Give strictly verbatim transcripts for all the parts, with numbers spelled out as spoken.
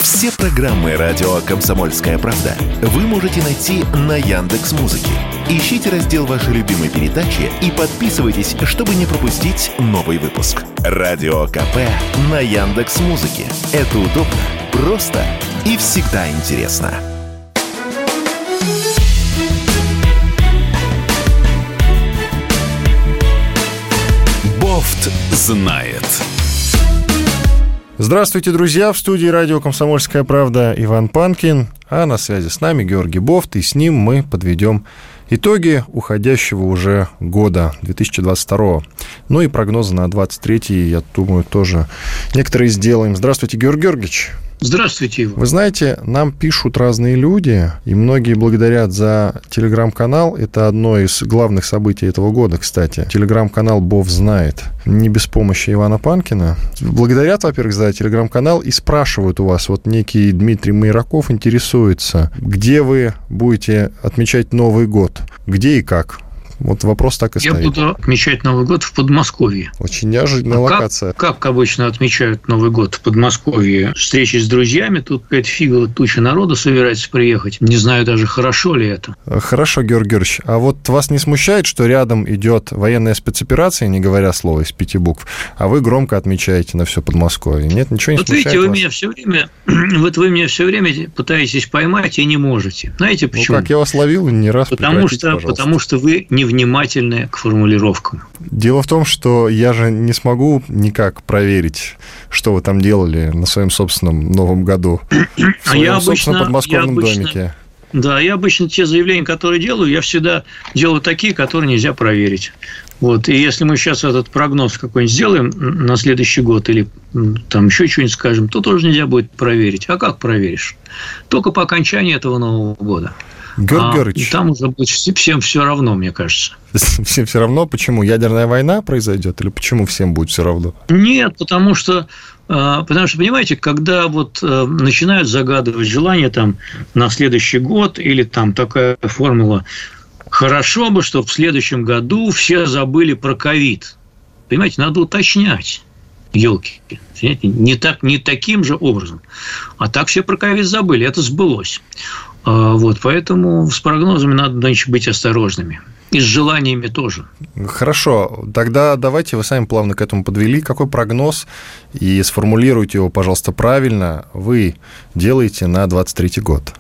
Все программы радио «Комсомольская правда» вы можете найти на Яндекс.Музыке. Ищите раздел вашей любимой передачи и подписывайтесь, чтобы не пропустить новый выпуск. Радио КП на Яндекс.Музыке. Это удобно, просто и всегда интересно. Бофт знает. Здравствуйте, друзья! В студии радио «Комсомольская правда» Иван Панкин, а на связи с нами Георгий Бофт, и с ним мы подведем итоги уходящего уже года две тысячи двадцать второго. Ну и прогнозы на двадцать третий, я думаю, тоже некоторые сделаем. Здравствуйте, Георгий Георгиевич! Здравствуйте, Иван. Вы знаете, нам пишут разные люди, и многие благодарят за телеграм-канал. Это одно из главных событий этого года, кстати. Телеграм-канал «Бов знает». Не без помощи Ивана Панкина. Благодарят, во-первых, за телеграм-канал и спрашивают у вас. Вот некий Дмитрий Майраков интересуется, где вы будете отмечать Новый год, где и как. Вот вопрос так и Я стоит. Я буду отмечать Новый год в Подмосковье. Очень неожиданная а локация. Как, как обычно отмечают Новый год в Подмосковье? Встречи с друзьями, тут какая-то фиговая туча народа собирается приехать. Не знаю даже, хорошо ли это. Хорошо, Георгий Георгиевич. А вот вас не смущает, что рядом идет военная спецоперация, не говоря слова из пяти букв, а вы громко отмечаете на все Подмосковье? Нет, ничего не вот смущает видите, вы вас? меня все время, вот вы меня все время пытаетесь поймать и не можете. Знаете почему? Ну, как я вас ловил не раз, потому что, потому что вы невнимательны к формулировкам. Дело в том, что я же не смогу никак проверить, что вы там делали на своем собственном Новом году. В своем я обычно, собственном подмосковном я обычно, домике. Да, я обычно те заявления, которые делаю, я всегда делаю такие, которые нельзя проверить. Вот. И если мы сейчас этот прогноз какой-нибудь сделаем на следующий год или там еще что-нибудь скажем, то тоже нельзя будет проверить. А как проверишь? Только по окончании этого Нового года. Георгий а, Георгиевич. И там уже будет всем все равно, мне кажется. Всем все равно? Почему? Ядерная война произойдет? Или почему всем будет все равно? Нет, потому что, потому что, понимаете, когда вот начинают загадывать желание там, на следующий год, или там такая формула, хорошо бы, чтобы в следующем году все забыли про ковид. Понимаете, надо уточнять. Ёлки. Не, так, не таким же образом. А так все про ковид забыли. Это сбылось. Вот, поэтому с прогнозами надо нынче быть осторожными. И с желаниями тоже. Хорошо. Тогда давайте, вы сами плавно к этому подвели. Какой прогноз, и сформулируйте его, пожалуйста, правильно, вы делаете на двадцать третий год?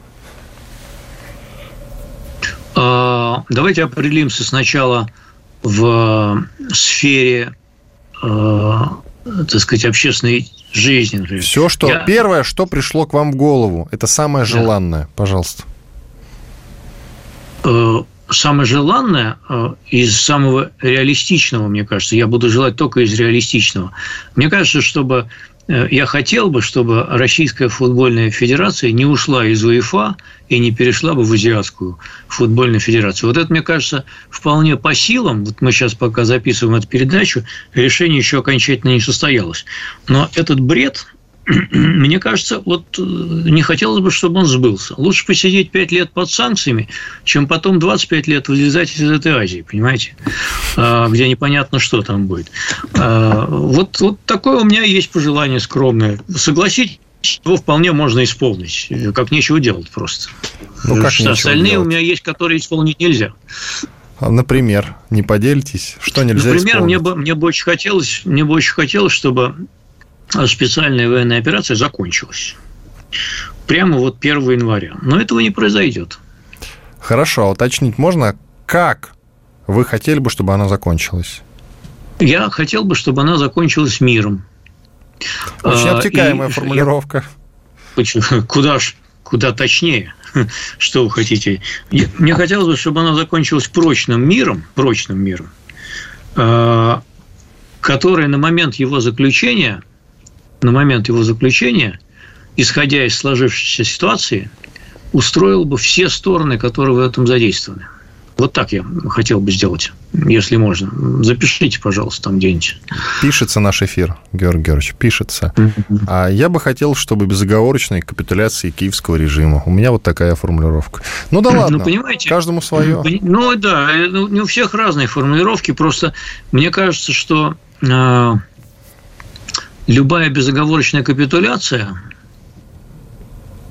Давайте определимся сначала в сфере, так сказать, общественной жизни. Все, что Я... первое, что пришло к вам в голову, это самое желанное, да. Пожалуйста. Самое желанное из самого реалистичного, мне кажется, я буду желать только из реалистичного. Мне кажется, чтобы я хотел бы, чтобы Российская футбольная федерация не ушла из УЕФА и не перешла бы в Азиатскую футбольную федерацию. Вот это, мне кажется, вполне по силам. Вот мы сейчас пока записываем эту передачу, решение еще окончательно не состоялось. Но этот бред, мне кажется, вот не хотелось бы, чтобы он сбылся. Лучше посидеть пять лет под санкциями, чем потом двадцать пять лет вылезать из этой Азии, понимаете, где непонятно, что там будет. Вот, вот такое у меня есть пожелание скромное. Согласитесь, его вполне можно исполнить. Как нечего делать просто. Ну, как остальные делать? У меня есть, которые исполнить нельзя. Например, не поделитесь, что нельзя Например, исполнить? мне бы, мне бы очень хотелось, мне бы очень хотелось, чтобы специальная военная операция закончилась. Прямо вот первого января. Но этого не произойдет. Хорошо, а уточнить можно, как вы хотели бы, чтобы она закончилась? Я хотел бы, чтобы она закончилась миром. Очень обтекаемая и, формулировка. Я, куда ж, куда точнее, что вы хотите. Мне хотелось бы, чтобы она закончилась прочным миром, прочным миром, который на момент его заключения, на момент его заключения, исходя из сложившейся ситуации, устроил бы все стороны, которые в этом задействованы. Вот так я хотел бы сделать, если можно. Запишите, пожалуйста, там где-нибудь. Пишется наш эфир, Георгий Георгиевич, пишется. Mm-hmm. А я бы хотел, чтобы безоговорочной капитуляции киевского режима. У меня вот такая формулировка. Ну да ладно, ну, понимаете, каждому свое. Ну да, не у всех разные формулировки. Просто мне кажется, что э, любая безоговорочная капитуляция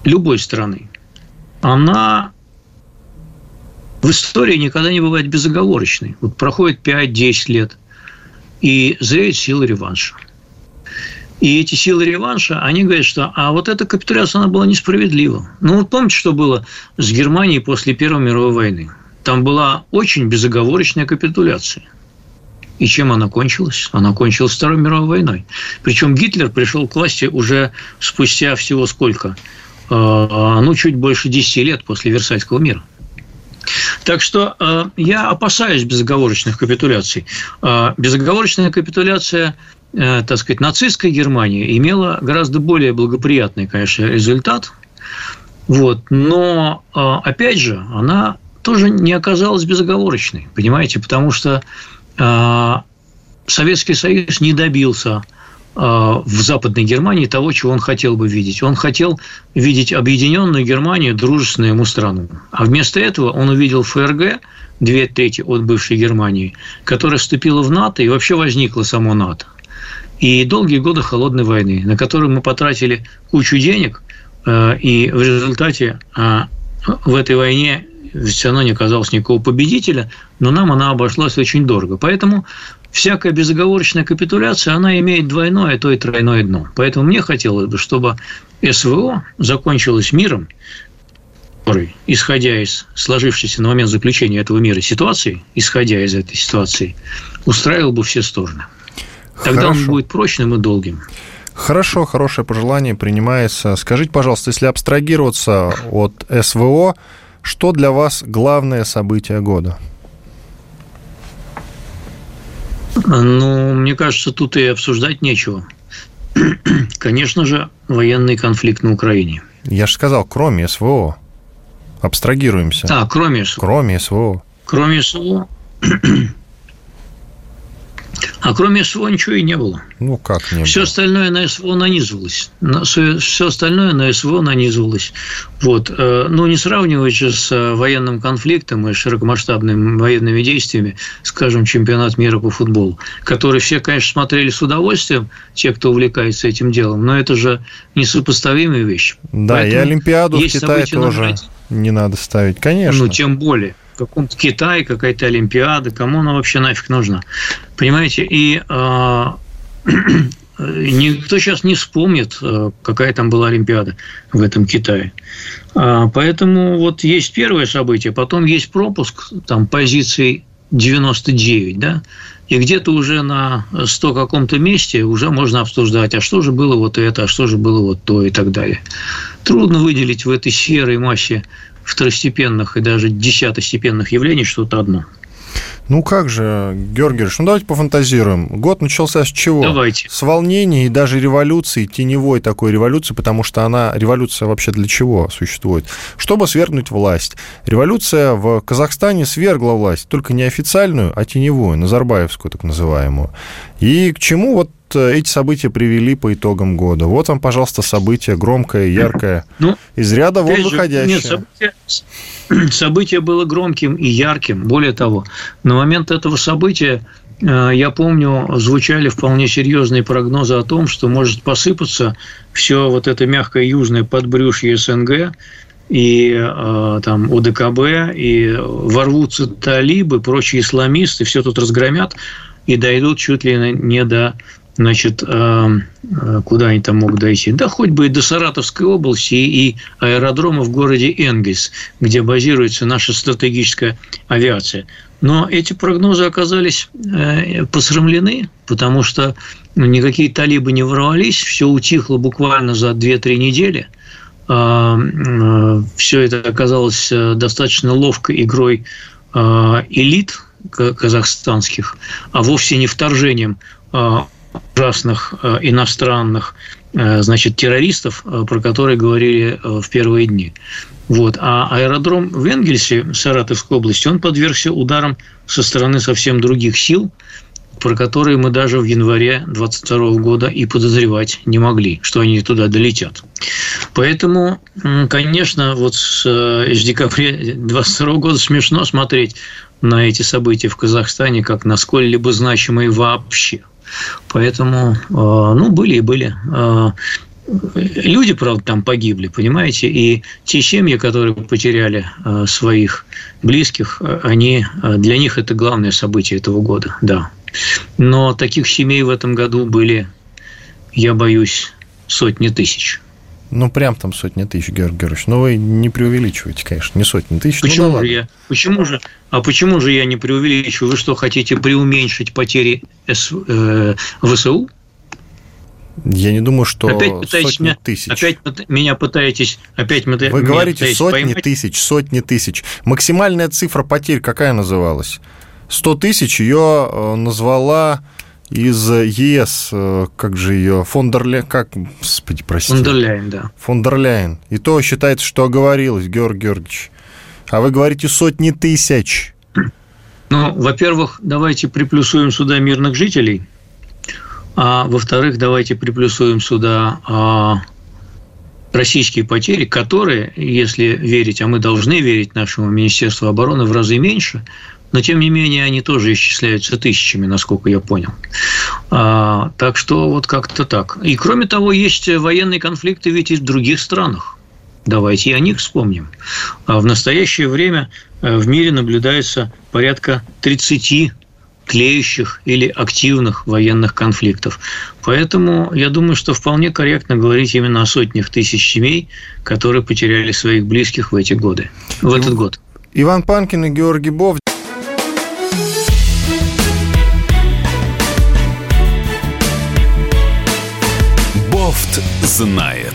любой страны, она в истории никогда не бывает безоговорочной. Вот проходит пять-десять лет, и зреют силы реванша. И эти силы реванша, они говорят, что а вот эта капитуляция, она была несправедлива. Ну, вот помните, что было с Германией после Первой мировой войны? Там была очень безоговорочная капитуляция. И чем она кончилась? Она кончилась Второй мировой войной. Причем Гитлер пришел к власти уже спустя всего сколько? Ну, чуть больше десяти лет после Версальского мира. Так что э, я опасаюсь безоговорочных капитуляций. Э, безоговорочная капитуляция, э, так сказать, нацистской Германии имела гораздо более благоприятный, конечно, результат. Вот. Но, э, опять же, она тоже не оказалась безоговорочной, понимаете, потому что э, Советский Союз не добился в Западной Германии того, чего он хотел бы видеть. Он хотел видеть объединенную Германию, дружественную ему страну. А вместо этого он увидел ФРГ, две трети от бывшей Германии, которая вступила в НАТО, и вообще возникло само НАТО. И долгие годы холодной войны, на которую мы потратили кучу денег, и в результате в этой войне все равно не оказалось никакого победителя, но нам она обошлась очень дорого. Поэтому всякая безоговорочная капитуляция, она имеет двойное, а то и тройное дно. Поэтому мне хотелось бы, чтобы СВО закончилось миром, который, исходя из сложившейся на момент заключения этого мира ситуации, исходя из этой ситуации, устраивал бы все стороны. Тогда Хорошо. Он будет прочным и долгим. Хорошо, хорошее пожелание принимается. Скажите, пожалуйста, если абстрагироваться от СВО, что для вас главное событие года? Ну, мне кажется, тут и обсуждать нечего. Конечно же, военный конфликт на Украине. Я же сказал, кроме СВО. Абстрагируемся. А, кроме СВО. Кроме СВО. Кроме СВО. А кроме СВО ничего и не было. Ну, как не было? Все остальное на СВО нанизывалось. Все остальное на СВО нанизывалось. Вот. Ну, не сравнивать же с военным конфликтом и широкомасштабными военными действиями, скажем, чемпионат мира по футболу, который все, конечно, смотрели с удовольствием, те, кто увлекается этим делом, но это же несопоставимые вещи. Да, поэтому и Олимпиаду в Китае тоже не надо ставить, конечно. Ну, тем более. В каком-то Китае какая-то Олимпиада, кому она вообще нафиг нужна? Понимаете, и э, никто сейчас не вспомнит, какая там была Олимпиада в этом Китае. Поэтому вот есть первое событие, потом есть пропуск там позиций девяносто девять, да, и где-то уже на сто каком-то месте уже можно обсуждать, а что же было вот это, а что же было вот то и так далее. Трудно выделить в этой серой массе второстепенных и даже десятостепенных явлений что-то одно. Ну как же, Георгий Георгиевич, ну давайте пофантазируем. Год начался с чего? Давайте. С волнений и даже революции, теневой такой революции, потому что она, революция вообще для чего существует? Чтобы свергнуть власть. Революция в Казахстане свергла власть, только не официальную, а теневую, назарбаевскую так называемую. И к чему вот эти события привели по итогам года? Вот вам, пожалуйста, событие громкое, яркое, ну, из ряда вон выходящее. Нет, событие, событие было громким и ярким. Более того, на момент этого события, я помню, звучали вполне серьезные прогнозы о том, что может посыпаться все вот это мягкое южное подбрюшье СНГ, и там ОДКБ, и ворвутся талибы, прочие исламисты, все тут разгромят и дойдут чуть ли не до... Значит, куда они там могут дойти? Да хоть бы и до Саратовской области, и аэродрома в городе Энгельс, где базируется наша стратегическая авиация. Но эти прогнозы оказались посрамлены, потому что никакие талибы не ворвались, все утихло буквально за две-три недели. Все это оказалось достаточно ловкой игрой элит казахстанских, а вовсе не вторжением ужасных иностранных, значит, террористов, про которые говорили в первые дни. Вот. А аэродром в Энгельсе, Саратовской области, он подвергся ударам со стороны совсем других сил, про которые мы даже в январе двадцать второго года и подозревать не могли, что они туда долетят. Поэтому, конечно, вот с декабря двадцать второго года смешно смотреть на эти события в Казахстане как на сколь-либо значимые вообще. Поэтому, ну, были и были. люди, правда, там погибли, понимаете, и те семьи, которые потеряли своих близких, они, для них это главное событие этого года, да. Но таких семей в этом году были, я боюсь, сотни тысяч. Ну, прям там сотни тысяч, Георгий Георгиевич. Но вы не преувеличиваете, конечно, не сотни тысяч. Почему, ну, да же я, почему, же, а почему же я не преувеличиваю? Вы что, хотите преуменьшить потери С, э, ВСУ? Я не думаю, что опять сотни меня, тысяч. Опять меня пытаетесь... Опять Вы меня говорите сотни поймать? тысяч, сотни тысяч. Максимальная цифра потерь какая называлась? сто тысяч ее назвала... из ЕС, как же ее, фон дер Ляйен, как, господи, простите. Фон дер Ляйен, да. Фон дер Ляйен. И то считается, что оговорилось, Георгий Георгиевич. А вы говорите сотни тысяч. Ну, во-первых, давайте приплюсуем сюда мирных жителей, а во-вторых, давайте приплюсуем сюда а, российские потери, которые, если верить, а мы должны верить нашему Министерству обороны, в разы меньше, но, тем не менее, они тоже исчисляются тысячами, насколько я понял. А, так что вот как-то так. И, кроме того, есть военные конфликты ведь и в других странах. Давайте и о них вспомним. А в настоящее время в мире наблюдается порядка тридцати тлеющих или активных военных конфликтов. Поэтому я думаю, что вполне корректно говорить именно о сотнях тысяч семей, которые потеряли своих близких в эти годы, в этот год. Иван Панкин и Георгий Бофт. Бофт знает.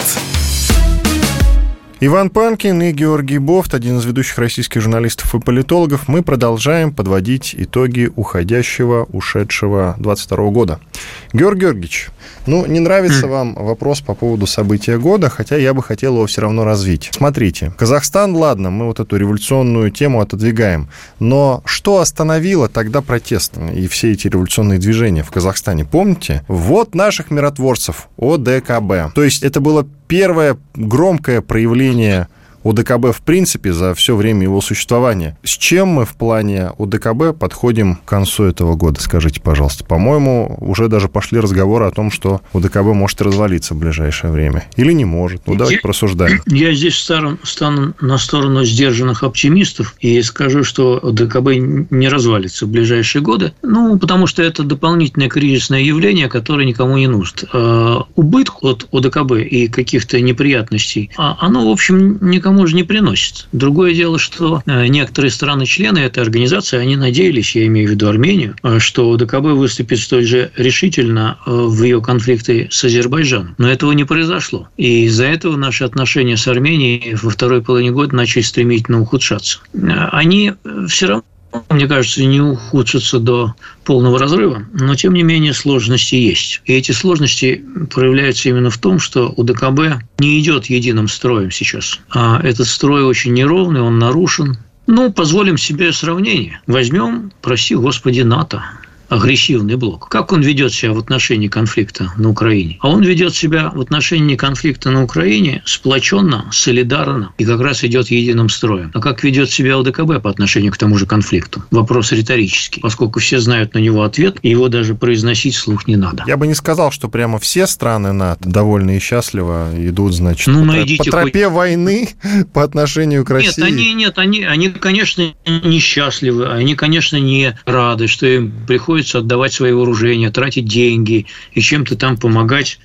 Иван Панкин и Георгий Бофт, один из ведущих российских журналистов и политологов. Мы продолжаем подводить итоги уходящего, ушедшего двадцать второго года. Георгий Георгиевич, ну, не нравится вам вопрос по поводу события года, хотя я бы хотел его все равно развить. Смотрите, Казахстан, ладно, мы вот эту революционную тему отодвигаем, но что остановило тогда протест и все эти революционные движения в Казахстане? Помните? Вот наших миротворцев, О Дэ Ка Бэ. То есть это было первое громкое проявление О Дэ Ка Бэ в принципе за все время его существования. С чем мы в плане О Дэ Ка Бэ подходим к концу этого года, скажите, пожалуйста? По-моему, уже даже пошли разговоры о том, что О Дэ Ка Бэ может развалиться в ближайшее время. Или не может. Ну, давайте я, порассуждаем. Я здесь стану, стану на сторону сдержанных оптимистов и скажу, что О Дэ Ка Бэ не развалится в ближайшие годы. Ну, потому что это дополнительное кризисное явление, которое никому не нужно. Убыток от О Дэ Ка Бэ и каких-то неприятностей, оно, в общем, никому уже не приносит. Другое дело, что некоторые страны-члены этой организации, они надеялись, я имею в виду Армению, что О Дэ Ка Бэ выступит столь же решительно в ее конфликте с Азербайджаном. Но этого не произошло. И из-за этого наши отношения с Арменией во второй половине года начали стремительно ухудшаться. Они все равно, мне кажется, не ухудшатся до полного разрыва, но, тем не менее, сложности есть. И эти сложности проявляются именно в том, что О Дэ Ка Бэ не идет единым строем сейчас. А этот строй очень неровный, он нарушен. Ну, позволим себе сравнение. Возьмем, прости господи, НАТО. Агрессивный блок. Как он ведет себя в отношении конфликта на Украине? А он ведет себя в отношении конфликта на Украине сплоченно, солидарно и как раз идет единым строем. А как ведет себя О Дэ Ка Бэ по отношению к тому же конфликту? Вопрос риторический, поскольку все знают на него ответ, и его даже произносить вслух не надо. Я бы не сказал, что прямо все страны НАТО довольны и счастливо идут, значит, ну, по, по тропе хоть... войны по отношению к России. Нет, они, нет, они, они, конечно, несчастливы, они, конечно, не рады, что им приходится отдавать свои вооружения, тратить деньги и чем-то там помогать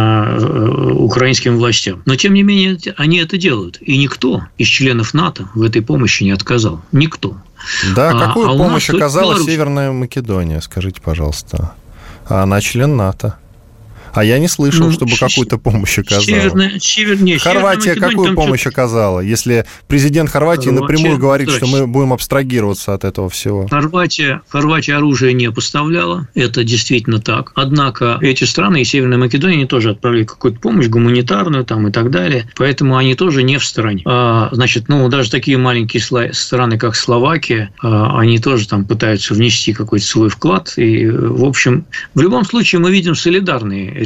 э, украинским властям. Но, тем не менее, они это делают. И никто из членов НАТО в этой помощи не отказал. Никто. Да, какую а помощь оказала Беларусь... Северная Македония, скажите, пожалуйста? А она член НАТО. А я не слышал, ну, чтобы какую-то помощь оказала. Северная, севернее, Хорватия какую помощь что-то... оказала, если президент Хорватии Хорватия, напрямую говорит, точно. Что мы будем абстрагироваться от этого всего? Хорватия, Хорватия оружие не поставляла, это действительно так. Однако эти страны, и Северная Македония, они тоже отправили какую-то помощь гуманитарную там, и так далее, поэтому они тоже не в стороне. А, значит, ну, даже такие маленькие страны, как Словакия, а, они тоже там пытаются внести какой-то свой вклад. И, в общем, в любом случае мы видим солидарные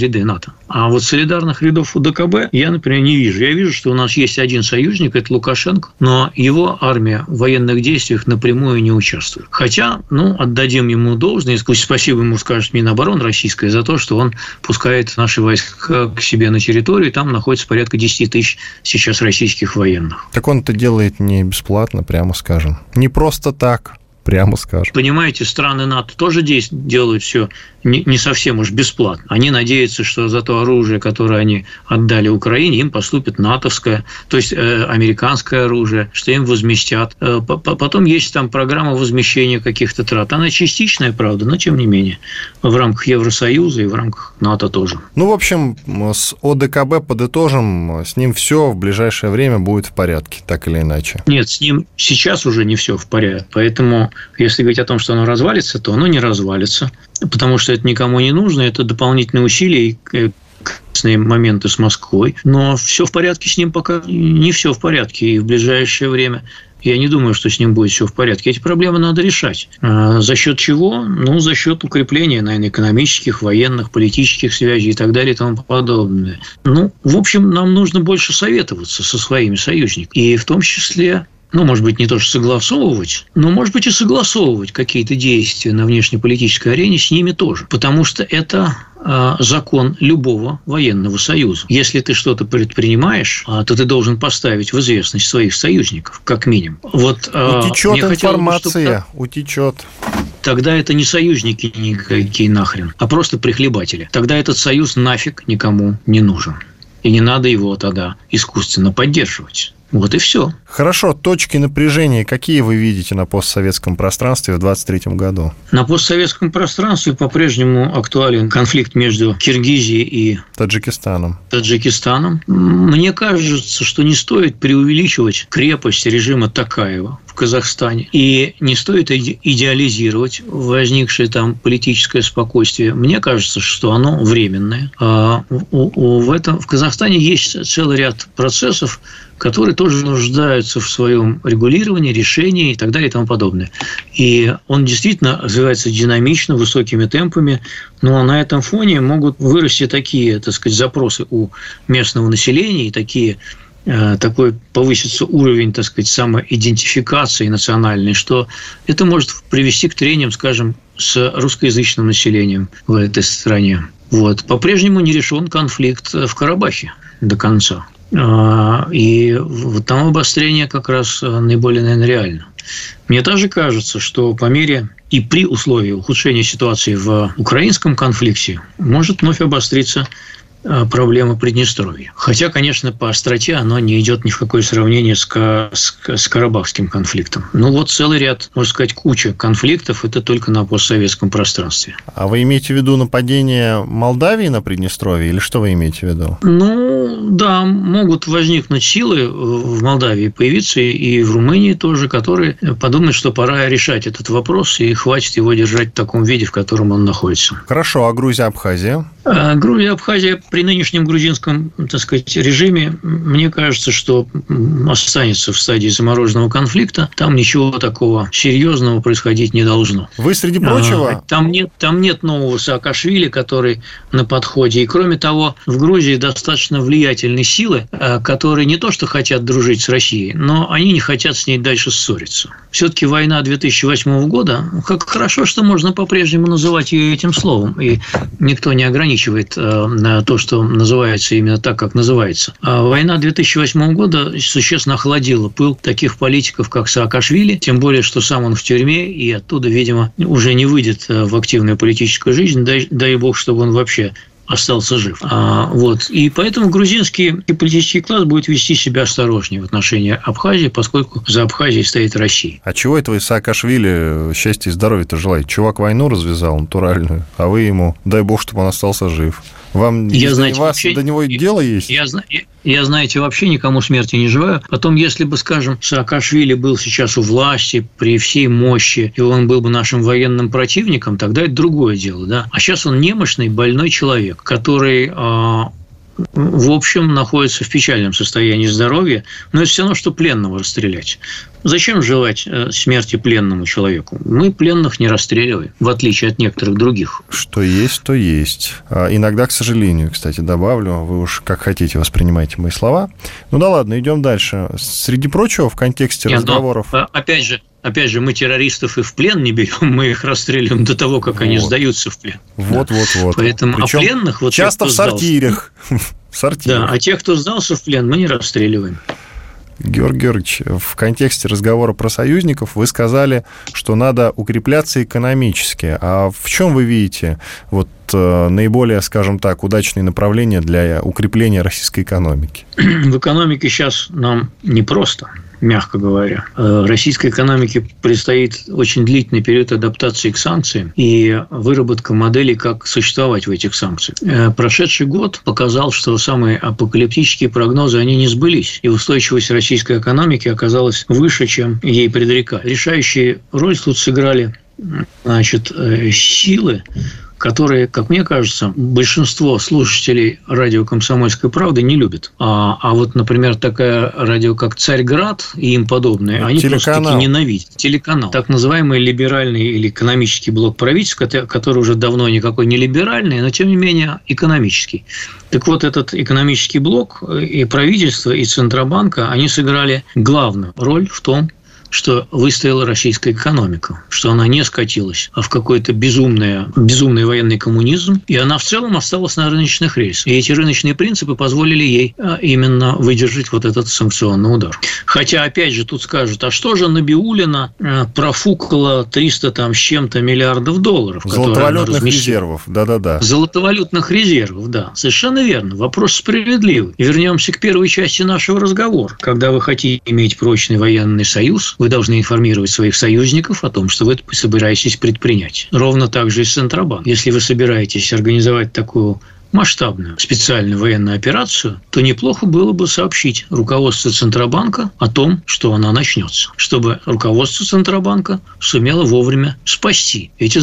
ряды НАТО. А вот солидарных рядов у ДКБ я, например, не вижу. Я вижу, что у нас есть один союзник, это Лукашенко, но его армия в военных действиях напрямую не участвует. Хотя, ну, отдадим ему должное, спасибо ему скажет Минобороны российская за то, что он пускает наши войска к себе на территорию, и там находится порядка десять тысяч сейчас российских военных. Так он это делает не бесплатно, прямо скажем. Не просто так. Прямо скажем. Понимаете, страны НАТО тоже делают все не, не совсем уж бесплатно. Они надеются, что за то оружие, которое они отдали Украине, им поступит натовское, то есть э, американское оружие, что им возместят. Э, потом есть там программа возмещения каких-то трат. Она частичная, правда, но тем не менее. В рамках Евросоюза и в рамках НАТО тоже. Ну, в общем, с ОДКБ подытожим, с ним все в ближайшее время будет в порядке, так или иначе. Нет, с ним сейчас уже не все в порядке. Поэтому, если говорить о том, что оно развалится, то оно не развалится, потому что это никому не нужно, это дополнительные усилия и кризисные моменты с Москвой. Но все в порядке с ним пока не все в порядке, и в ближайшее время я не думаю, что с ним будет все в порядке. Эти проблемы надо решать. А за счет чего? Ну, за счет укрепления, наверное, экономических, военных, политических связей и так далее и тому подобное. Ну, в общем, нам нужно больше советоваться со своими союзниками. И в том числе, ну, может быть, не то, что согласовывать, но, может быть, и согласовывать какие-то действия на внешнеполитической арене с ними тоже. Потому что это э, закон любого военного союза. Если ты что-то предпринимаешь, э, то ты должен поставить в известность своих союзников, как минимум. Вот, э, утечет информация, бы, утечет. Тогда это не союзники никакие нахрен, а просто прихлебатели. Тогда этот союз нафиг никому не нужен. И не надо его тогда искусственно поддерживать. Вот и все. Хорошо, точки напряжения какие вы видите на постсоветском пространстве в двадцать третьем году? На постсоветском пространстве по-прежнему актуален конфликт между Киргизией и Таджикистаном. Таджикистаном. Мне кажется, что не стоит преувеличивать крепость режима Токаева в Казахстане. И не стоит идеализировать возникшее там политическое спокойствие. Мне кажется, что оно временное. А в, этом, в Казахстане есть целый ряд процессов, которые тоже нуждаются в своем регулировании, решении и так далее и тому подобное. И он действительно развивается динамично, высокими темпами, но на этом фоне могут вырасти такие, так сказать, запросы у местного населения и такие, такой повысится уровень, так сказать, самоидентификации национальной, что это может привести к трениям, скажем, с русскоязычным населением в этой стране. Вот. По-прежнему не решен конфликт в Карабахе до конца. И там обострение как раз наиболее, наверное, реально. Мне также кажется, что по мере и при условии ухудшения ситуации в украинском конфликте может вновь обостриться проблема Приднестровья. Хотя, конечно, по остроте оно не идет ни в какое сравнение с, с, с карабахским конфликтом. Ну вот целый ряд, можно сказать, куча конфликтов, это только на постсоветском пространстве. А вы имеете в виду нападение Молдавии на Приднестровье, или что вы имеете в виду? Ну, да, могут возникнуть силы в Молдавии, появиться и в Румынии тоже, которые подумают, что пора решать этот вопрос, и хватит его держать в таком виде, в котором он находится. Хорошо, а Грузия, Абхазия? А Грузия, Абхазия при нынешнем грузинском, так сказать, режиме, мне кажется, что останется в стадии замороженного конфликта. Там ничего такого серьезного происходить не должно. Вы, среди прочего... Там нет, там нет нового Саакашвили, который на подходе. И, кроме того, в Грузии достаточно влиятельные силы, которые не то что хотят дружить с Россией, но они не хотят с ней дальше ссориться. Все-таки война две тысячи восьмого года, как хорошо, что можно по-прежнему называть ее этим словом. И никто не ограничивает то, что называется именно так, как называется. А война две тысячи восьмого года существенно охладила пыл таких политиков, как Саакашвили, тем более, что сам он в тюрьме, и оттуда, видимо, уже не выйдет в активную политическую жизнь, дай, дай бог, чтобы он вообще остался жив. А, вот. И поэтому грузинский политический класс будет вести себя осторожнее в отношении Абхазии, поскольку за Абхазией стоит Россия. А чего это вы Саакашвили счастья и здоровья-то желаете? Чувак войну развязал натуральную, а вы ему, дай бог, чтобы он остался жив. Вам я, знаете, вас вообще, до него я, дело есть? Я, я, я, знаете, вообще никому смерти не желаю. Потом, если бы, скажем, Саакашвили был сейчас у власти при всей мощи, и он был бы нашим военным противником, тогда это другое дело, да. А сейчас он немощный, больной человек, который... в общем, находится в печальном состоянии здоровья, но это все равно, что пленного расстрелять. Зачем желать смерти пленному человеку? Мы пленных не расстреливаем, в отличие от некоторых других. Что есть, то есть. Иногда, к сожалению, кстати, добавлю, вы уж как хотите воспринимайте мои слова. Ну да ладно, идем дальше. Среди прочего, в контексте Нет, разговоров... Но, опять же, Опять же, мы террористов и в плен не берем, мы их расстреливаем до того, как вот. они сдаются в плен. Вот, да. вот, вот. Поэтому Причем а пленных... Вот часто тех, в сортирах. в сортирах. Да, а тех, кто сдался в плен, мы не расстреливаем. Георгий Георгиевич, в контексте разговора про союзников вы сказали, что надо укрепляться экономически. А в чем вы видите вот, наиболее, скажем так, удачные направления для укрепления российской экономики? В экономике сейчас нам непросто, мягко говоря. Российской экономике предстоит очень длительный период адаптации к санкциям и выработка моделей, как существовать в этих санкциях. Прошедший год показал, что самые апокалиптические прогнозы, они не сбылись, и устойчивость российской экономики оказалась выше, чем ей предрекали. Решающую роль тут сыграли, значит, силы, которые, как мне кажется, большинство слушателей радио «Комсомольская правда» не любят. А, а вот, например, такая радио, как «Царьград» и им подобные, это они просто-таки ненавидят. Телеканал. Так называемый либеральный или экономический блок правительства, который уже давно никакой не либеральный, но, тем не менее, экономический. Так вот, этот экономический блок и правительство, и Центробанка, они сыграли главную роль в том, что выстояла российская экономика, что она не скатилась в какой-то безумный, безумный военный коммунизм, и она в целом осталась на рыночных рельсах. И эти рыночные принципы позволили ей именно выдержать вот этот санкционный удар. Хотя, опять же, тут скажут, а что же Набиуллина профукала триста там с чем-то миллиардов долларов? Золотовалютных резервов, да-да-да. Золотовалютных резервов, да. Совершенно верно. Вопрос справедливый. И вернемся к первой части нашего разговора. Когда вы хотите иметь прочный военный союз, вы должны информировать своих союзников о том, что вы собираетесь предпринять. Ровно так же и с Центробанком. Если вы собираетесь организовать такую масштабную специальную военную операцию, то неплохо было бы сообщить руководству Центробанка о том, что она начнется, чтобы руководство Центробанка сумело вовремя спасти эти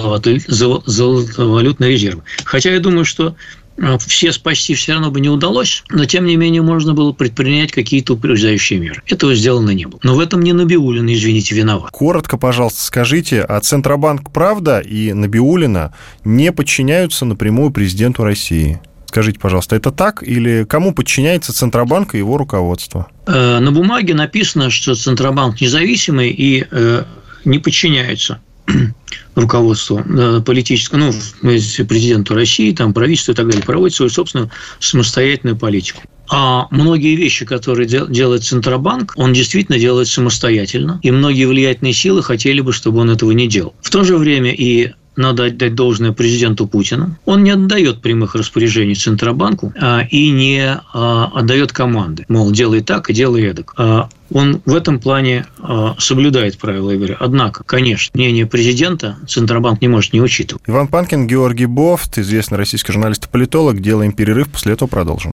золотовалютные резервы. Хотя я думаю, что все спасти все равно бы не удалось, но, тем не менее, можно было предпринять какие-то упреждающие меры. Этого сделано не было. Но в этом не Набиуллина, извините, виноват. Коротко, пожалуйста, скажите, а Центробанк, правда, и Набиуллина не подчиняются напрямую президенту России? Скажите, пожалуйста, это так? Или кому подчиняется Центробанк и его руководство? На бумаге написано, что Центробанк независимый и не подчиняется руководству политическому, ну, президенту России, там, правительству и так далее, проводит свою собственную самостоятельную политику. А многие вещи, которые делает Центробанк, он действительно делает самостоятельно, и многие влиятельные силы хотели бы, чтобы он этого не делал. В то же время и надо отдать должное президенту Путину. Он не отдает прямых распоряжений Центробанку а, и не а, отдает команды. Мол, делай так и делай эдак. А, он в этом плане а, соблюдает правила игры. Однако, конечно, мнение президента Центробанк не может не учитывать. Иван Панкин, Георгий Бофт, известный российский журналист и политолог. Делаем перерыв, после этого продолжим.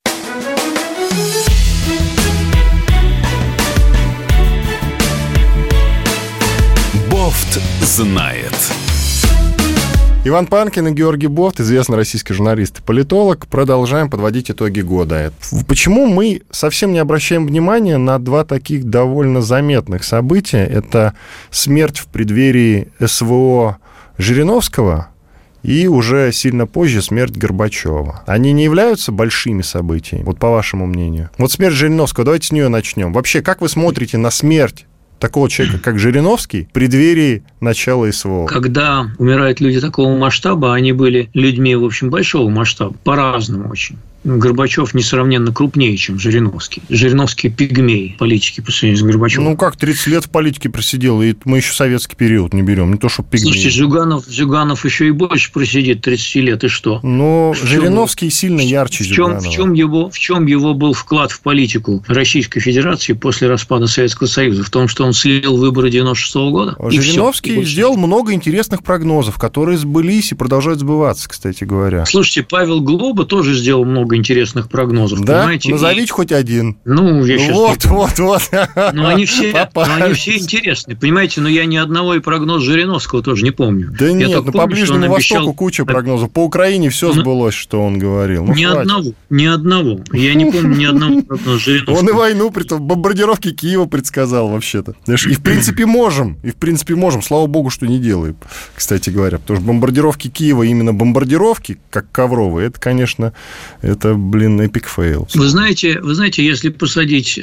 Бофт знает. Иван Панкин и Георгий Бофт, известный российский журналист и политолог. Продолжаем подводить итоги года. Почему мы совсем не обращаем внимания на два таких довольно заметных события? Это смерть в преддверии СВО Жириновского и уже сильно позже смерть Горбачева. Они не являются большими событиями, вот по вашему мнению? Вот смерть Жириновского, давайте с нее начнем. Вообще, как вы смотрите на смерть такого человека, как Жириновский, в преддверии начала СВО? Когда умирают люди такого масштаба, они были людьми, в общем, большого масштаба, по-разному очень. Горбачев несравненно крупнее, чем Жириновский. Жириновский пигмей политики по сравнению с Горбачевым. Ну как, тридцать лет в политике просидел, и мы еще советский период не берем, не то что пигмей. Слушайте, Зюганов, Зюганов еще и больше просидит тридцать лет, и что? Но в Жириновский чем, сильно ярче в чем, Зюганова. В чем, его, в чем его был вклад в политику Российской Федерации после распада Советского Союза? В том, что он слил выборы девяносто шестого года? Жириновский сделал много интересных прогнозов, которые сбылись и продолжают сбываться, кстати говоря. Слушайте, Павел Глоба тоже сделал много интересных прогнозов. Да? Понимаете? Назовите и... хоть один. Ну, я сейчас... Вот, вот, вот. Но они все, но они все интересны. Понимаете, но я ни одного и прогноз Жириновского тоже не помню. Да я нет, ну помню, по Ближнему обещал... Востоку куча прогнозов. По Украине все ну, сбылось, что он говорил. Ну, ни хватит. одного, ни одного. Я не помню ни одного прогноза Жириновского. Он и войну, бомбардировки Киева предсказал вообще-то. И в принципе можем. И в принципе можем. Слава богу, что не делаем, кстати говоря. Потому что бомбардировки Киева, именно бомбардировки, как ковровые, это, конечно, это, блин, эпик фейл. Вы знаете, вы знаете, если посадить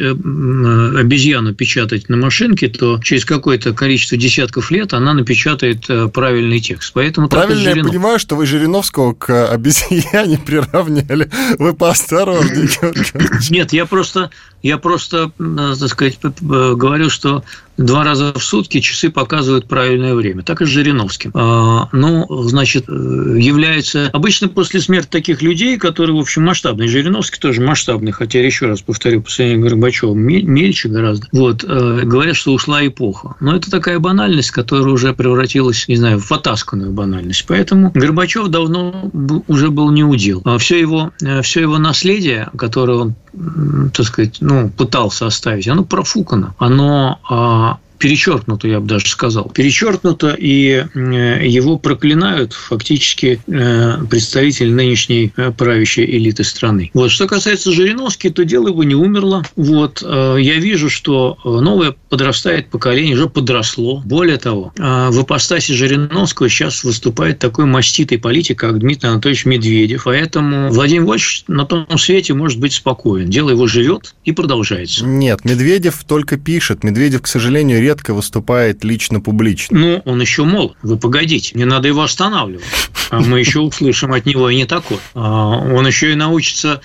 обезьяну печатать на машинке, то через какое-то количество десятков лет она напечатает правильный текст. Поэтому правильно я Жиринов... понимаю, что вы Жириновского к обезьяне приравняли. Вы поосторожнее. Нет, я просто, я просто, так сказать, говорю, что два раза в сутки часы показывают правильное время. Так и с Жириновским. А, ну, значит, является... Обычно после смерти таких людей, которые, в общем, масштабные, Жириновский тоже масштабный, хотя, еще раз повторю, по сравнению с Горбачевым, мельче гораздо, вот, говорят, что ушла эпоха. Но это такая банальность, которая уже превратилась, не знаю, в потасканную банальность. Поэтому Горбачев давно уже был неудел. А все его, все его наследие, которое он, так сказать, ну, пытался оставить, оно профукано. Оно... перечеркнуто, я бы даже сказал. Перечеркнуто, и его проклинают фактически представители нынешней правящей элиты страны. Вот. Что касается Жириновского, то дело его не умерло. Вот. Я вижу, что новое подрастает поколение, уже подросло. Более того, в ипостаси Жириновского сейчас выступает такой маститый политик, как Дмитрий Анатольевич Медведев. Поэтому Владимир Владимирович на том свете может быть спокоен. Дело его живет и продолжается. Нет, Медведев только пишет. Медведев, к сожалению, редко выступает лично-публично. Ну, он еще молод. Вы погодите, не надо его останавливать. Мы еще услышим от него и не такое. Он еще и научится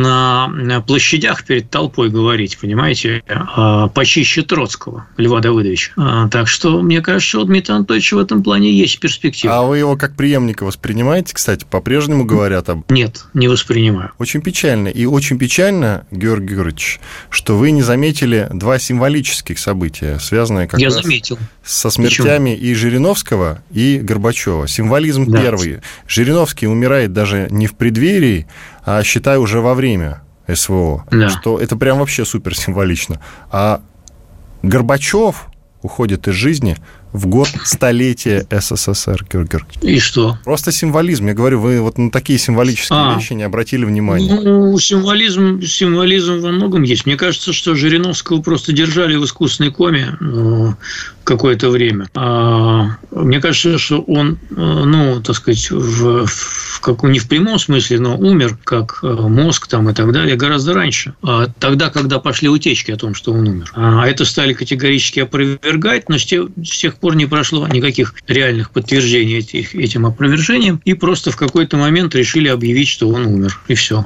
на площадях перед толпой говорить, понимаете, почище Троцкого, Льва Давыдовича. Так что, мне кажется, у Дмитрия Анатольевича в этом плане есть перспектива. А вы его как преемника воспринимаете, кстати? По-прежнему говорят об... Нет, не воспринимаю. Очень печально. И очень печально, Георгий Георгиевич, что вы не заметили два символических события, связанные как Я раз заметил. со смертями Почему? и Жириновского, и Горбачева. Символизм да. первый. Жириновский умирает даже не в преддверии, а, считай, уже во время СВО. Да. Что это прям вообще супер символично. А Горбачев уходит из жизни в год столетия СССР, Георгий Георгиевич. И что? Просто символизм. Я говорю, вы вот на такие символические а, вещи не обратили внимания. Ну, символизм, символизм во многом есть. Мне кажется, что Жириновского просто держали в искусственной коме ну, какое-то время. А, мне кажется, что он, ну, так сказать, в, в, как, не в прямом смысле, но умер, как мозг там и так далее, гораздо раньше. А, тогда, когда пошли утечки о том, что он умер. А это стали категорически опровергать, но с тех, с тех пор не прошло никаких реальных подтверждений этих, этим опровержениям, и просто в какой-то момент решили объявить, что он умер, и все.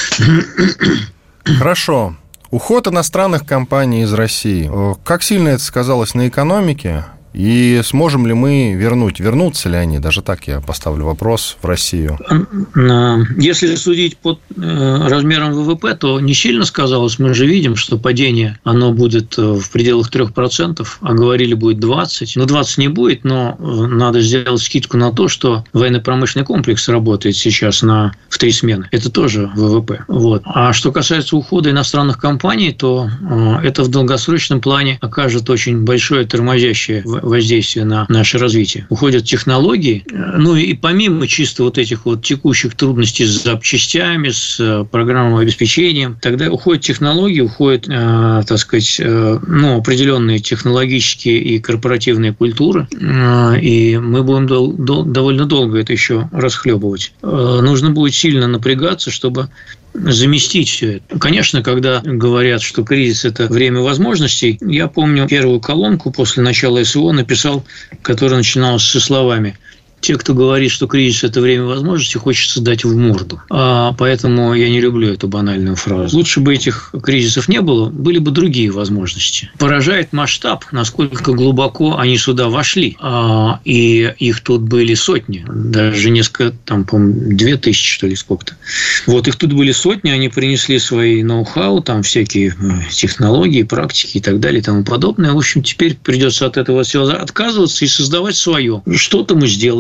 Хорошо. Уход иностранных компаний из России. Как сильно это сказалось на экономике? И сможем ли мы вернуть, вернутся ли они, даже так я поставлю вопрос, в Россию? Если судить по размерам ВВП, то не сильно сказалось. Мы же видим, что падение, оно будет в пределах трех процентов, а говорили, будет двадцать процентов. Но двадцать не будет, но надо сделать скидку на то, что военно-промышленный комплекс работает сейчас на, в три смены. Это тоже ВВП. Вот. А что касается ухода иностранных компаний, то это в долгосрочном плане окажет очень большое тормозящее воздействие на наше развитие. Уходят технологии, ну и помимо чисто вот этих вот текущих трудностей с запчастями, с программным обеспечением, тогда уходят технологии, уходят, э, так сказать, э, ну, определенные технологические и корпоративные культуры, э, и мы будем дол- дол- довольно долго это еще расхлебывать. Э, нужно будет сильно напрягаться, чтобы заместить все это. Конечно, когда говорят, что кризис – это время возможностей, я помню первую колонку после начала СВО написал, которая начиналась со словами: те, кто говорит, что кризис – это время возможностей, хочется дать в морду. А поэтому я не люблю эту банальную фразу. Лучше бы этих кризисов не было, были бы другие возможности. Поражает масштаб, насколько глубоко они сюда вошли. А, и их тут были сотни, даже несколько, там, по-моему, две тысячи, что ли, сколько-то. Вот, их тут были сотни, они принесли свои ноу-хау, там всякие технологии, практики и так далее и тому подобное. В общем, теперь придется от этого всего отказываться и создавать свое. Что-то мы сделаем.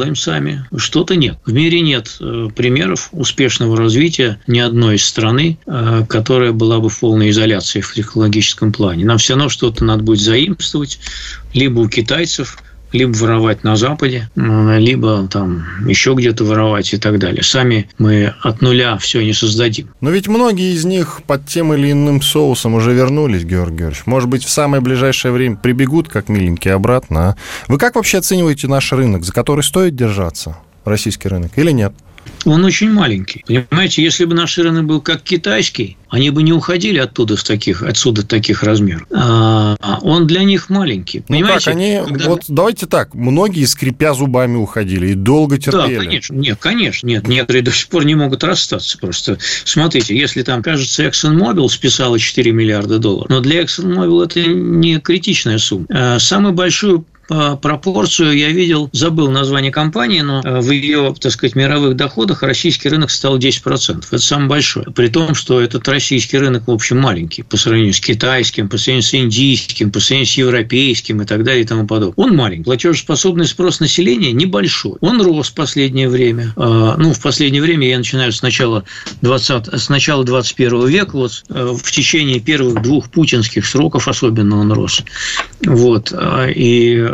делаем сами, что-то нет. В мире нет примеров успешного развития ни одной из страны, которая была бы в полной изоляции в технологическом плане. Нам все равно что-то надо будет заимствовать, либо у китайцев, либо воровать на Западе, либо там еще где-то воровать и так далее. Сами мы от нуля все не создадим. Но ведь многие из них под тем или иным соусом уже вернулись, Георгий Георгиевич. Может быть, в самое ближайшее время прибегут, как миленькие, обратно, а? Вы как вообще оцениваете наш рынок, за который стоит держаться, российский рынок, или нет? Он очень маленький. Понимаете, если бы наш рынок был как китайский, они бы не уходили оттуда в таких, отсюда в таких размерах. А он для них маленький. Понимаете? Ну как, они, когда... вот давайте так, многие, скрипя зубами, уходили и долго терпели. Да, конечно. Нет, конечно. Нет, некоторые до сих пор не могут расстаться просто. Смотрите, если там, кажется, ExxonMobil списала четыре миллиарда долларов, но для ExxonMobil это не критичная сумма. Самую большую по пропорцию я видел, забыл название компании, но в ее, так сказать, мировых доходах российский рынок стал десять процентов. Это самый большой. При том, что этот российский рынок, в общем, маленький по сравнению с китайским, по сравнению с индийским, по сравнению с европейским и так далее и тому подобное. Он маленький. Платежеспособный спрос населения небольшой. Он рос в последнее время. Ну, в последнее время я начинаю с начала, двадцатого, с начала двадцать первого века. Вот в течение первых двух путинских сроков особенно он рос. Вот. И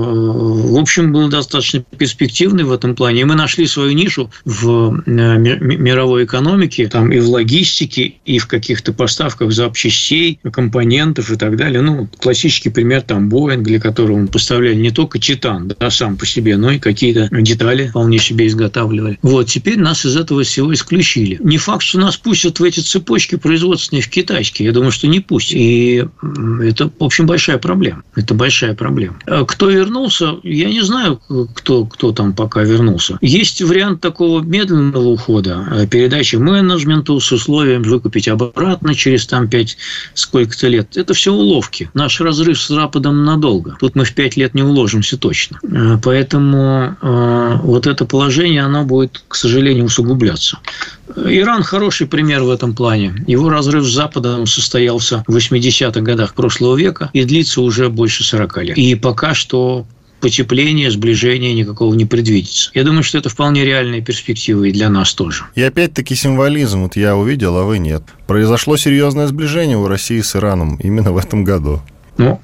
в общем, был достаточно перспективный в этом плане. И мы нашли свою нишу в мировой экономике, там и в логистике, и в каких-то поставках запчастей, компонентов и так далее. Ну, классический пример, там, Боинг, для которого мы поставляли не только титан, да, сам по себе, но и какие-то детали вполне себе изготавливали. Вот, теперь нас из этого всего исключили. Не факт, что нас пустят в эти цепочки производственные в китайские. Я думаю, что не пустят. И это, в общем, большая проблема. Это большая проблема. Кто вернулся, я не знаю, кто, кто там пока вернулся. Есть вариант такого медленного ухода, передачи менеджменту с условием выкупить обратно через там пять сколько-то лет. Это все уловки. Наш разрыв с Западом надолго. Тут мы в пять лет не уложимся точно. Поэтому э, вот это положение, оно будет, к сожалению, усугубляться. Иран хороший пример в этом плане. Его разрыв с Западом состоялся в восьмидесятых годах прошлого века и длится уже больше сорока лет. И пока что потепления, сближения никакого не предвидится. Я думаю, что это вполне реальная перспектива и для нас тоже. И опять-таки символизм. Вот я увидел, а вы нет. Произошло серьезное сближение у России с Ираном именно в этом году. Ну,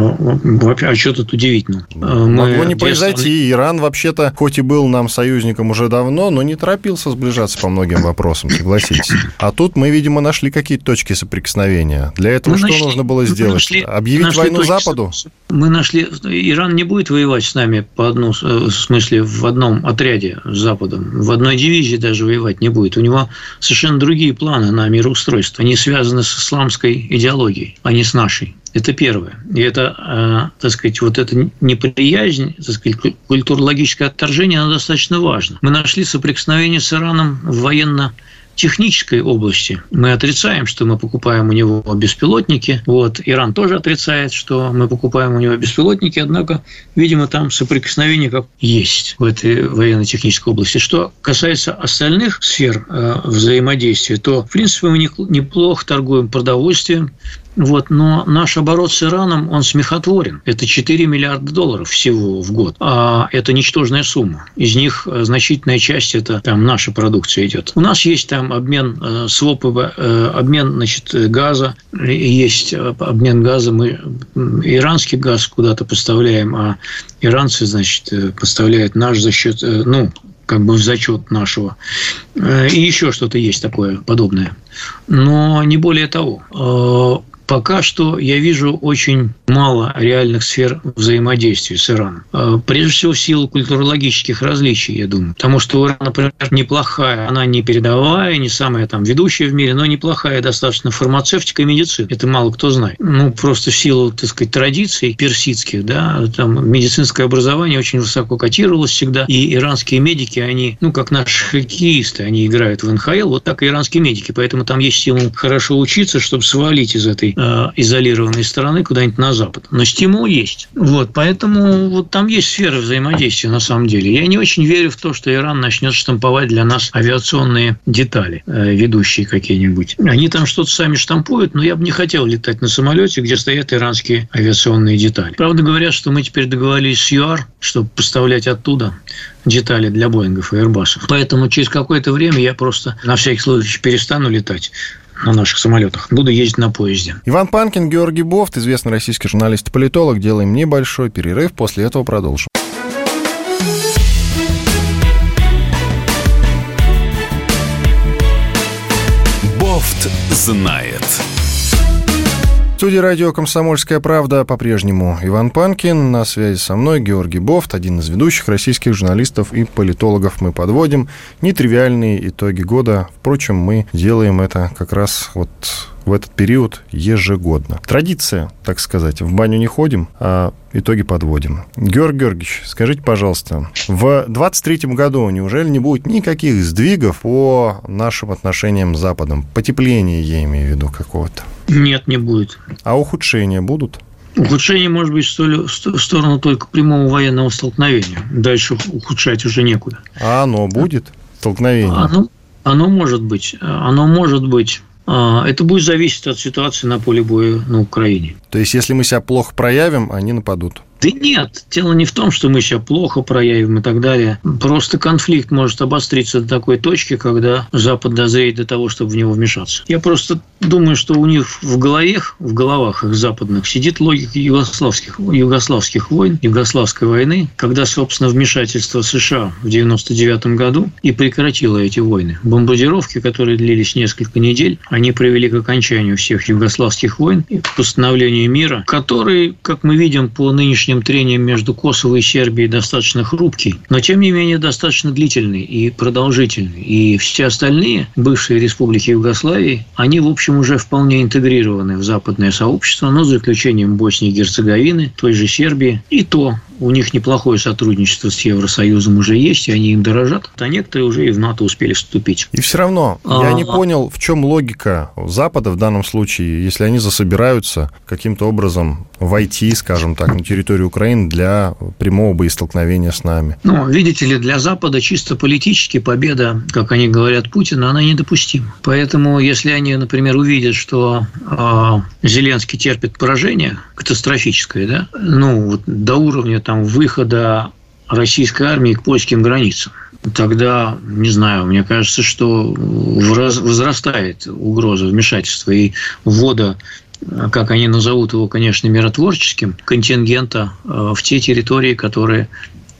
а что тут удивительно? Могло не произойти. Иран, вообще-то, хоть и был нам союзником уже давно, но не торопился сближаться по многим вопросам, согласитесь. А тут мы, видимо, нашли какие-то точки соприкосновения. Для этого мы что нашли, нужно было сделать? Нашли, Объявить нашли войну Западу? Мы нашли... Иран не будет воевать с нами по одну, в смысле, в одном отряде с Западом. В одной дивизии даже воевать не будет. У него совершенно другие планы на мироустройство. Они связаны с исламской идеологией, а не с нашей. Это первое. И это, так сказать, вот эта неприязнь, так сказать, культурологическое отторжение, оно достаточно важно. Мы нашли соприкосновение с Ираном в военно-технической области. Мы отрицаем, что мы покупаем у него беспилотники. Вот. Иран тоже отрицает, что мы покупаем у него беспилотники. Однако, видимо, там соприкосновение как есть в этой военно-технической области. Что касается остальных сфер взаимодействия, то, в принципе, мы неплохо торгуем продовольствием. Вот, но наш оборот с Ираном, он смехотворен. Это четыре миллиарда долларов всего в год. А это ничтожная сумма. Из них значительная часть – это там наша продукция идет. У нас есть там обмен своповый, обмен, значит, газа. Есть обмен газа. Мы иранский газ куда-то поставляем, а иранцы, значит, поставляют наш за счет, ну, как бы в зачет нашего. И еще что-то есть такое подобное. Но не более того. Пока что я вижу очень мало реальных сфер взаимодействия с Ираном. Прежде всего, в силу культурологических различий, я думаю. Потому что у Ирана, например, неплохая, она не передовая, не самая там ведущая в мире, но неплохая достаточно фармацевтика и медицина. Это мало кто знает. Ну, просто в силу, так сказать, традиций персидских, да, там медицинское образование очень высоко котировалось всегда. И иранские медики, они, ну, как наши хоккеисты, они играют в эн ха эл, вот так и иранские медики. Поэтому там есть сила хорошо учиться, чтобы свалить из этой изолированной страны куда-нибудь на запад. Но стимул есть. Вот, поэтому вот там есть сфера взаимодействия на самом деле. Я не очень верю в то, что Иран начнет штамповать для нас авиационные детали, ведущие какие-нибудь. Они там что-то сами штампуют, но я бы не хотел летать на самолете, где стоят иранские авиационные детали. Правда, говорят, что мы теперь договорились с ЮАР, чтобы поставлять оттуда детали для Боингов и Airbus'ов. Поэтому через какое-то время я просто на всякий случай перестану летать на наших самолетах. Буду ездить на поезде. Иван Панкин, Георгий Бофт, известный российский журналист и политолог. Делаем небольшой перерыв, после этого продолжим. Бофт знает. В студии радио «Комсомольская правда» по-прежнему Иван Панкин. На связи со мной Георгий Бофт, один из ведущих российских журналистов и политологов. Мы подводим нетривиальные итоги года. Впрочем, мы делаем это как раз вот в этот период ежегодно. Традиция, так сказать. В баню не ходим, а итоги подводим. Георгий Георгиевич, скажите, пожалуйста, в двадцать третьем году неужели не будет никаких сдвигов по нашим отношениям с Западом? Потепления, я имею в виду, какого-то? Нет, не будет. А ухудшения будут? Ухудшение может быть в сторону только прямого военного столкновения. Дальше ухудшать уже некуда. А оно будет? Столкновение? Оно, оно может быть. Оно может быть. Это будет зависеть от ситуации на поле боя на Украине. То есть, если мы себя плохо проявим, они нападут? Да нет, дело не в том, что мы себя плохо проявим и так далее. Просто конфликт может обостриться до такой точки, когда Запад дозреет до того, чтобы в него вмешаться. Я просто думаю, что у них в голове, в головах их западных сидит логика югославских, югославских войн, югославской войны, когда, собственно, вмешательство США в девяносто девятом году и прекратило эти войны. Бомбардировки, которые длились несколько недель, они привели к окончанию всех югославских войн и к постановлению мира, который, как мы видим по нынешнему трением между Косово и Сербией достаточно хрупкий, но тем не менее достаточно длительный и продолжительный. И все остальные бывшие республики Югославии, они, в общем, уже вполне интегрированы в западное сообщество, но за исключением Боснии и Герцеговины, той же Сербии. И то у них неплохое сотрудничество с Евросоюзом уже есть, и они им дорожат. А некоторые уже и в НАТО успели вступить. И все равно а- я не понял, в чем логика Запада в данном случае, если они засобираются каким-то образом войти, скажем так, на территорию Украины для прямого боестолкновения с нами. Ну, видите ли, для Запада чисто политически победа, как они говорят, Путина, она недопустима. Поэтому, если они, например, увидят, что э, Зеленский терпит поражение катастрофическое, да, ну, вот до уровня там выхода российской армии к польским границам, тогда, не знаю, мне кажется, что возрастает угроза вмешательства и ввода, как они назовут его, конечно, миротворческим, контингента в те территории, которые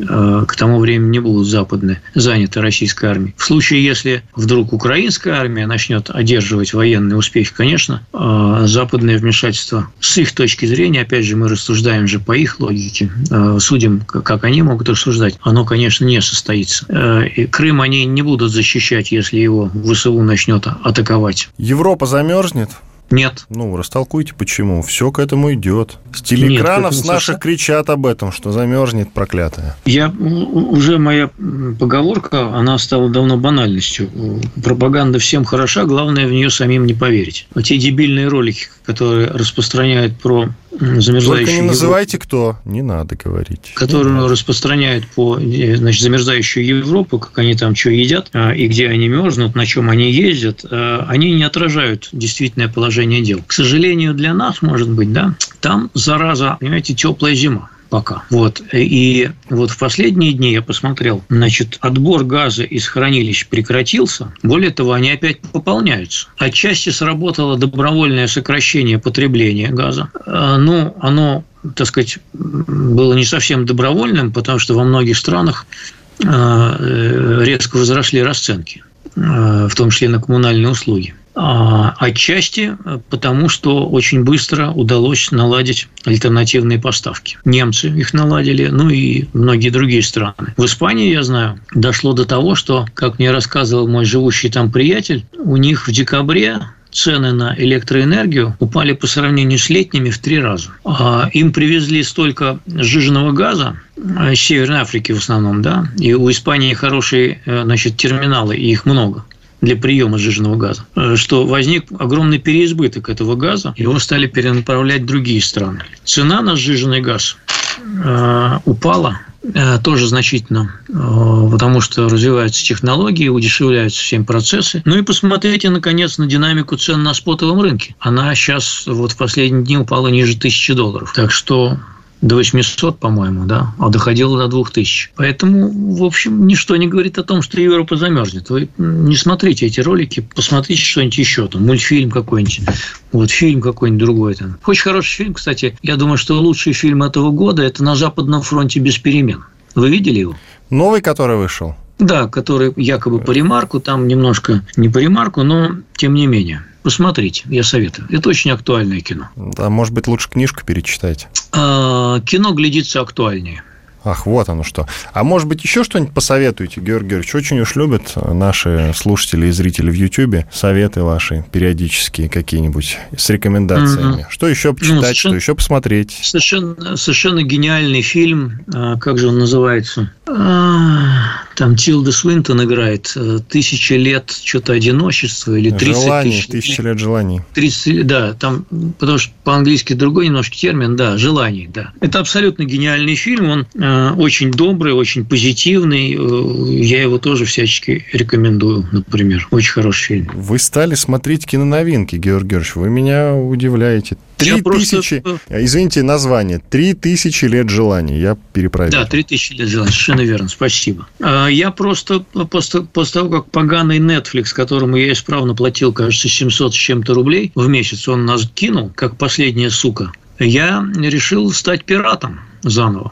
к тому времени не будут западны, заняты российской армией. В случае, если вдруг украинская армия начнет одерживать военный успех, конечно, западное вмешательство с их точки зрения, опять же, мы рассуждаем же по их логике, судим, как они могут рассуждать, оно, конечно, не состоится. И Крым они не будут защищать, если его ВСУ начнет атаковать. Европа замерзнет? Нет. Ну, растолкуйте, почему. Все к этому идет. С телеэкранов с наших совсем кричат об этом, что замерзнет проклятая. Я, уже моя поговорка, она стала давно банальностью. Пропаганда всем хороша, главное в нее самим не поверить. А те дебильные ролики, которые распространяют про замерзающую Только не Европу, называйте кто, не надо говорить. Которую надо. распространяют по, значит, замерзающую Европу, как они там что едят, и где они мерзнут, на чем они ездят, они не отражают действительное положение дел. К сожалению, для нас, может быть, да, там, зараза, понимаете, теплая зима. Пока. Вот. И вот в последние дни я посмотрел, значит, отбор газа из хранилищ прекратился. Более того, они опять пополняются. Отчасти сработало добровольное сокращение потребления газа. Ну, оно, так сказать, было не совсем добровольным, потому что во многих странах резко возросли расценки, в том числе на коммунальные услуги. Отчасти потому, что очень быстро удалось наладить альтернативные поставки. Немцы их наладили, ну и многие другие страны. В Испании, я знаю, дошло до того, что, как мне рассказывал мой живущий там приятель, у них в декабре цены на электроэнергию упали по сравнению с летними в три раза. Им привезли столько сжиженного газа, из Северной Африки в основном, да, и у Испании хорошие, значит, терминалы, и их много. для приема сжиженного газа, что возник огромный переизбыток этого газа, его стали перенаправлять в другие страны. Цена на сжиженный газ упала тоже значительно, потому что развиваются технологии, удешевляются все процессы. Ну и посмотрите, наконец, на динамику цен на спотовом рынке. Она сейчас вот в последние дни упала ниже тысячи долларов. Так что до восьмисот, по-моему, да, а доходило до двух тысяч. Поэтому, в общем, ничто не говорит о том, что Европа замерзнет. Вы не смотрите эти ролики, посмотрите что-нибудь еще, там, мультфильм какой-нибудь, вот фильм какой-нибудь другой. Там. Очень хороший фильм, кстати. Я думаю, что лучший фильм этого года – это «На Западном фронте без перемен». Вы видели его? Новый, который вышел? Да, который якобы по ремарку, там немножко не по ремарку, но тем не менее. Посмотрите, я советую. Это очень актуальное кино. А может быть, лучше книжку перечитать? А, кино глядится актуальнее. Ах, вот оно что. А может быть, еще что-нибудь посоветуете, Георгий Георгиевич? Очень уж любят наши слушатели и зрители в Ютьюбе советы ваши периодические какие-нибудь с рекомендациями. Mm-hmm. Что еще почитать, ну, что еще посмотреть? Совершенно, совершенно гениальный фильм. Как же он называется? Там Тилда Свинтон играет. «Тысяча лет что-то одиночества» или тридцать Желание, тысяч... «Тысяча лет желаний». тридцать, да, там, потому что по-английски другой немножко термин, да, «желаний», да. Это абсолютно гениальный фильм, он э, очень добрый, очень позитивный, э, я его тоже всячески рекомендую, например. Очень хороший фильм. Вы стали смотреть киноновинки, Георгий Георгиевич, вы меня удивляете. Три тысячи, просто... извините, название, «Три тысячи лет желаний», я перепроверил. Да, «Три тысячи лет желаний», совершенно верно, спасибо. Я просто после, после того, как поганый Netflix, которому я исправно платил, кажется, семьсот с чем-то рублей в месяц, он нас кинул, как последняя сука, я решил стать пиратом заново.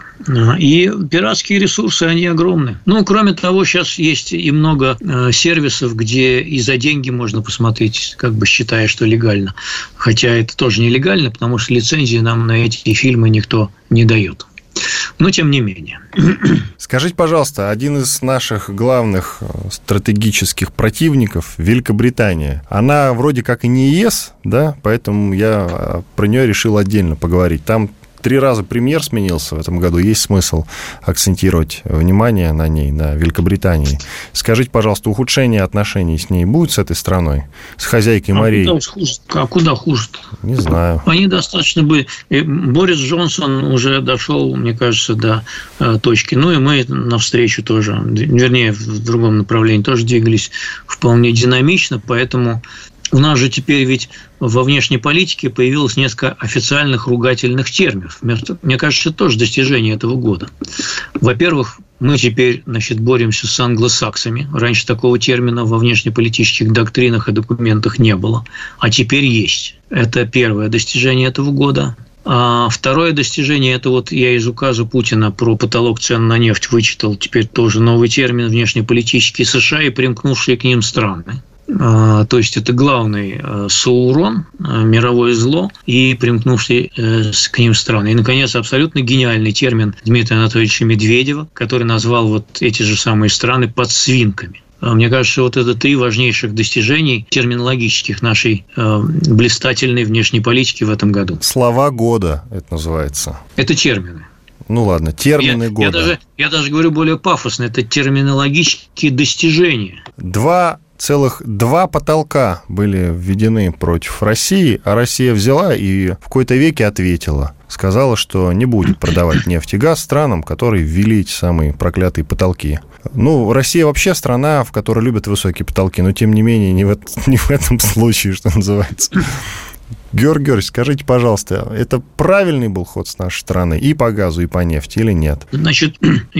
И пиратские ресурсы, они огромны. Ну, кроме того, сейчас есть и много сервисов, где и за деньги можно посмотреть, как бы считая, что легально. Хотя это тоже нелегально, потому что лицензии нам на эти фильмы никто не дает. Но тем не менее. Скажите, пожалуйста, один из наших главных стратегических противников – Великобритания. Она вроде как и не ЕС, да, поэтому я про нее решил отдельно поговорить. Там три раза премьер сменился в этом году. Есть смысл акцентировать внимание на ней, на Великобритании. Скажите, пожалуйста, ухудшение отношений с ней будет с этой страной? С хозяйкой а Марией? Куда хуже? А куда хуже-то? Не знаю. Они достаточно бы... Борис Джонсон уже дошел, мне кажется, до точки. Ну, и мы навстречу тоже, вернее, в другом направлении тоже двигались вполне динамично, поэтому... У нас же теперь ведь во внешней политике появилось несколько официальных ругательных терминов. Мне кажется, это тоже достижение этого года. Во-первых, мы теперь, значит, боремся с англосаксами. Раньше такого термина во внешнеполитических доктринах и документах не было, а теперь есть. Это первое достижение этого года. А второе достижение – это вот я из указа Путина про потолок цен на нефть вычитал теперь тоже новый термин внешнеполитический США и примкнувшие к ним страны. То есть это главный соурон, мировое зло и примкнувшие к ним страны. И, наконец, абсолютно гениальный термин Дмитрия Анатольевича Медведева, который назвал вот эти же самые страны подсвинками. Мне кажется, вот это три важнейших достижений терминологических нашей блистательной внешней политики в этом году. Слова года это называется. Это термины. Ну ладно, термины я, года. Я даже, я даже говорю более пафосно, это терминологические достижения. Два целых два потолка были введены против России, а Россия взяла и в кои-то веке ответила. Сказала, что не будет продавать нефть и газ странам, которые ввели эти самые проклятые потолки. Ну, Россия вообще страна, в которой любят высокие потолки, но тем не менее не в, не в этом случае, что называется. Георгий Георгиевич, скажите, пожалуйста, это правильный был ход с нашей стороны и по газу, и по нефти, или нет? Значит,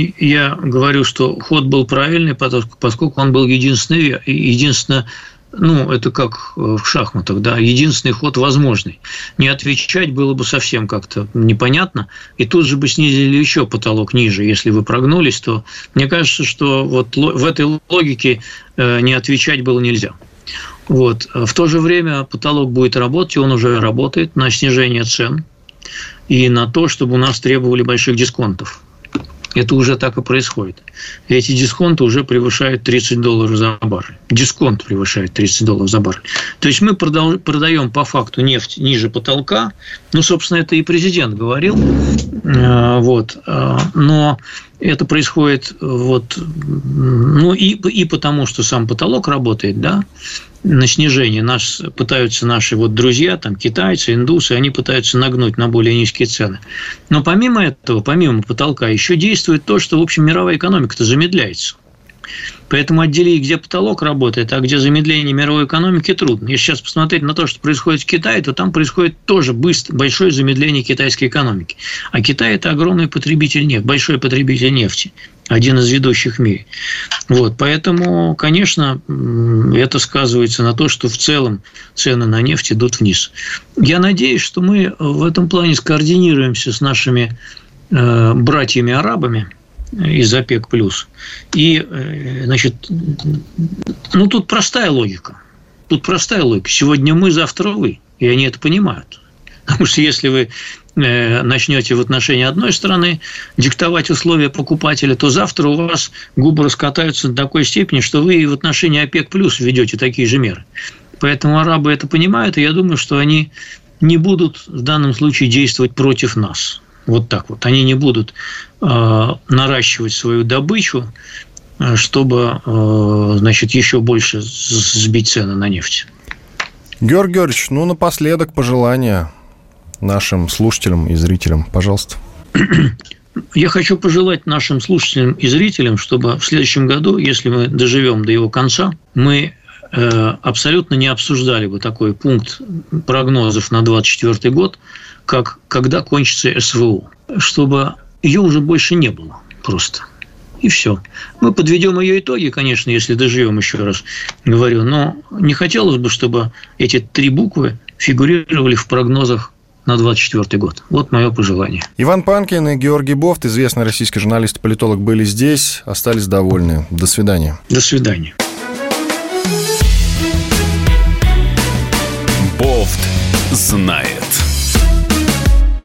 я говорю, что ход был правильный, поскольку он был единственный, единственно, ну, это как в шахматах, да, единственный ход возможный. Не отвечать было бы совсем как-то непонятно, и тут же бы снизили еще потолок ниже. Если вы прогнулись, то мне кажется, что вот в этой логике не отвечать было нельзя. Вот. В то же время потолок будет работать, и он уже работает на снижение цен и на то, чтобы у нас требовали больших дисконтов. Это уже так и происходит. Эти дисконты уже превышают тридцать долларов за баррель. Дисконт превышает тридцать долларов за баррель. То есть мы продаем по факту нефть ниже потолка. Ну, собственно, это и президент говорил. Вот. Но это происходит вот, ну, и, и потому, что сам потолок работает, да, на снижение. Нас пытаются наши вот друзья, там, китайцы, индусы, они пытаются нагнуть на более низкие цены. Но помимо этого, помимо потолка, еще действует то, что, в общем, мировая экономика-то замедляется. Поэтому отделить, где потолок работает, а где замедление мировой экономики, трудно. Если сейчас посмотреть на то, что происходит в Китае, то там происходит тоже быстро, большое замедление китайской экономики. А Китай – это огромный потребитель нефти, большой потребитель нефти, один из ведущих в мире. Вот, поэтому, конечно, это сказывается на то, что в целом цены на нефть идут вниз. Я надеюсь, что мы в этом плане скоординируемся с нашими э, братьями-арабами из ОПЕК+. И, значит, ну, тут простая логика. Тут простая логика. Сегодня мы, завтра вы. И они это понимают. Потому что если вы начнете в отношении одной страны диктовать условия покупателя, то завтра у вас губы раскатаются до такой степени, что вы в отношении ОПЕК+ введете такие же меры. Поэтому арабы это понимают, и я думаю, что они не будут в данном случае действовать против нас. Вот так вот. Они не будут э, наращивать свою добычу, чтобы, э, значит, еще больше сбить цены на нефть. Георгий Георгиевич, ну, напоследок пожелания нашим слушателям и зрителям, пожалуйста. Я хочу пожелать нашим слушателям и зрителям, чтобы в следующем году, если мы доживем до его конца, мы э, абсолютно не обсуждали бы такой пункт прогнозов на двадцать четвёртый год, как когда кончится СВО, чтобы ее уже больше не было просто. И все. Мы подведем ее итоги, конечно, если доживем, еще раз говорю, но не хотелось бы, чтобы эти три буквы фигурировали в прогнозах на двадцать четвёртый год. Вот мое пожелание. Иван Панкин и Георгий Бофт, известный российский журналист и политолог, были здесь, остались довольны. До свидания. До свидания. Бофт знает.